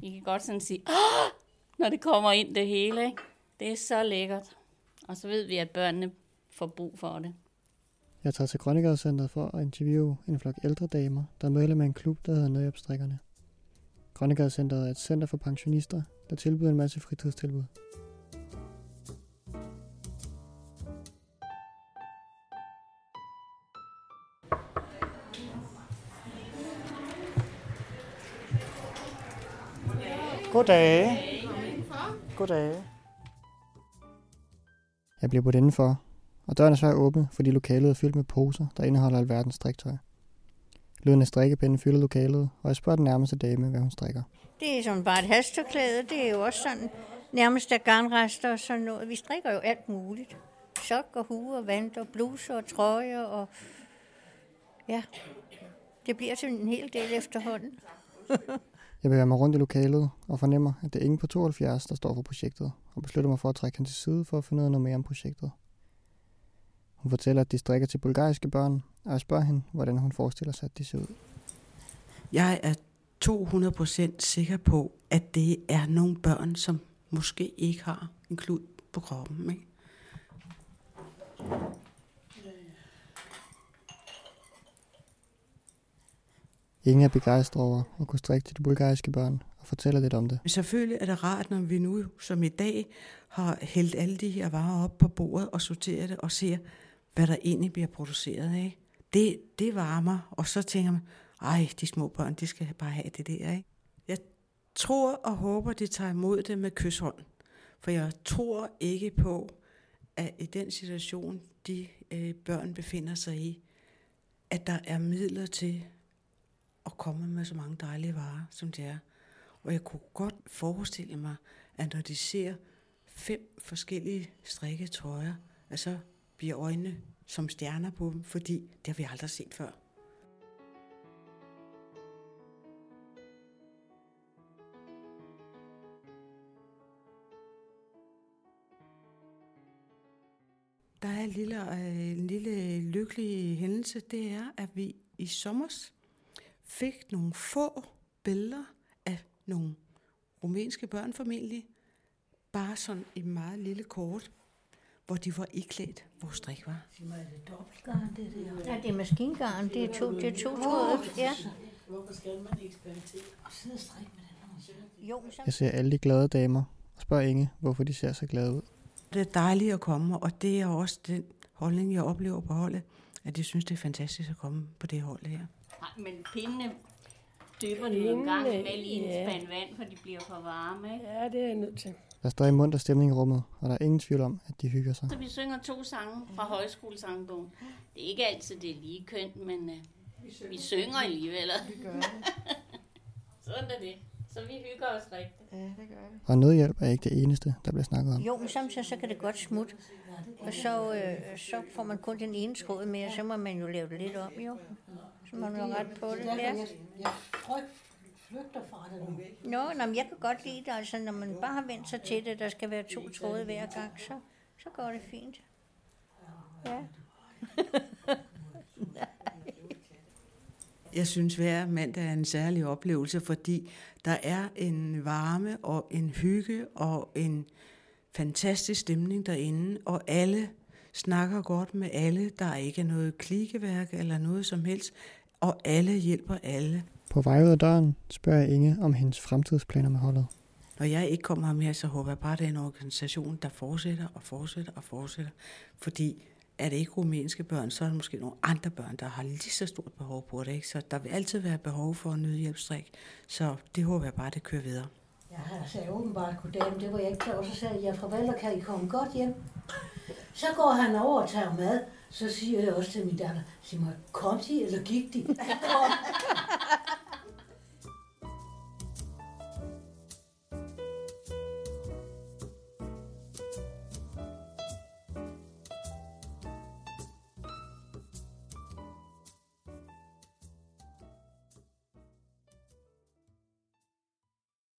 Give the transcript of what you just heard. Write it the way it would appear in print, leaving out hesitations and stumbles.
I kan godt sådan sige, når det kommer ind det hele, ikke? Det er så lækkert. Og så ved vi, at børnene får brug for det. Jeg tager til Grønnegade-centret for at interviewe en flok ældre damer, der er medlem af en klub, der hedder Nødhjælpsstrikkerne. Grønnegade-centret er et center for pensionister, der tilbyder en masse fritidstilbud. Goddag. Goddag. Jeg bliver budt indenfor, og døren er svært åbne, fordi lokalet er fyldt med poser, der indeholder alverdens striktøj. Lyden af strikkepinde fylder lokalet, og jeg spørger den nærmeste dame, hvad hun strikker. Det er sådan bare et halstørklæde. Det er jo også sådan nærmest af garnrester og sådan noget. Vi strikker jo alt muligt. Sokker, huer, vanter, bluser og trøjer og ja, det bliver sådan en hel del efterhånden. Jeg bevæger mig rundt i lokalet og fornemmer, at det er ingen på 72, der står for projektet, og beslutter mig for at trække hende til side for at finde ud af noget mere om projektet. Hun fortæller, at de strikker til bulgariske børn, og jeg spørger hende, hvordan hun forestiller sig, at de ser ud. Jeg er 200% sikker på, at det er nogle børn, som måske ikke har en klud på kroppen, ikke? Ingen er begejstret over at kunne strikke til de bulgariske børn og fortæller lidt om det. Selvfølgelig er det rart, når vi nu, som i dag, har hældt alle de her varer op på bordet og sorteret det og ser, hvad der egentlig bliver produceret af. Det varmer, og så tænker man, ej, de små børn, de skal bare have det der, ikke? Jeg tror og håber, de tager imod det med kyshånd. For jeg tror ikke på, at i den situation, de børn befinder sig i, at der er midler til at komme med så mange dejlige varer, som det er. Og jeg kunne godt forestille mig, at når de ser 5 forskellige strikketøjer, at så bliver øjnene som stjerner på dem, fordi det har vi aldrig set før. Der er en lille lykkelig hændelse, det er, at vi i sommers fik nogle få billeder af nogle rumænske børn formentlig, bare sådan i meget lille kort, hvor de var iklædt vores strikvarer. Er det dobbeltgarn, det der? Ja, det er maskingarn, det er to-trådet, ja. Hvorfor skal man eksperimentere og sidde og strikke med den her? Jeg ser alle de glade damer og spørger Inge, hvorfor de ser så glade ud. Det er dejligt at komme, og det er også den holdning, jeg oplever på holdet, at jeg synes, det er fantastisk at komme på det hold her. Men pindene dypper de en gang imellem i en spand vand, for de bliver for varme, ikke? Ja, det er jeg nødt til. Der er stadig munter stemning i rummet, og der er ingen tvivl om, at de hygger sig. Så vi synger 2 sange fra højskolesangbogen. Det er ikke altid, det er lige kønt, men vi synger alligevel. Vi gør det. Sådan er det. Så vi hygger os rigtigt. Ja, det gør det. Og nødhjælp er ikke det eneste, der bliver snakket om. Jo, men samtidig så kan det godt smutte. Og så får man kun den ene tråd med, og så må man jo lave det lidt om, jo. Så må man jo ret på det. Ja. Jeg flygter fra det nu. Nå, men jeg kan godt lide det, altså når man bare har vendt sig til det, der skal være 2 tråde hver gang, så går det fint. Ja. Jeg synes, hver mandag er en særlig oplevelse, fordi der er en varme og en hygge og en fantastisk stemning derinde, og alle snakker godt med alle. Der er ikke noget klikeværk eller noget som helst, og alle hjælper alle. På vej ud af døren spørger jeg Inge om hendes fremtidsplaner med holdet. Når jeg ikke kommer her mere, så håber jeg bare, at det er en organisation, der fortsætter og fortsætter og fortsætter. Fordi er det ikke rumænske børn, så er der måske nogle andre børn, der har lige så stort behov på det, ikke? Så der vil altid være behov for en nødhjælpsstrik. Så det håber jeg bare, det kører videre. Jeg sagde åbenbart goddag, men det var jeg ikke klar. Og så sagde jeg, farvel, kan I komme godt hjem? Så går han over og tager mad. Så siger jeg også til min datter, sig mig, kom de eller gik de?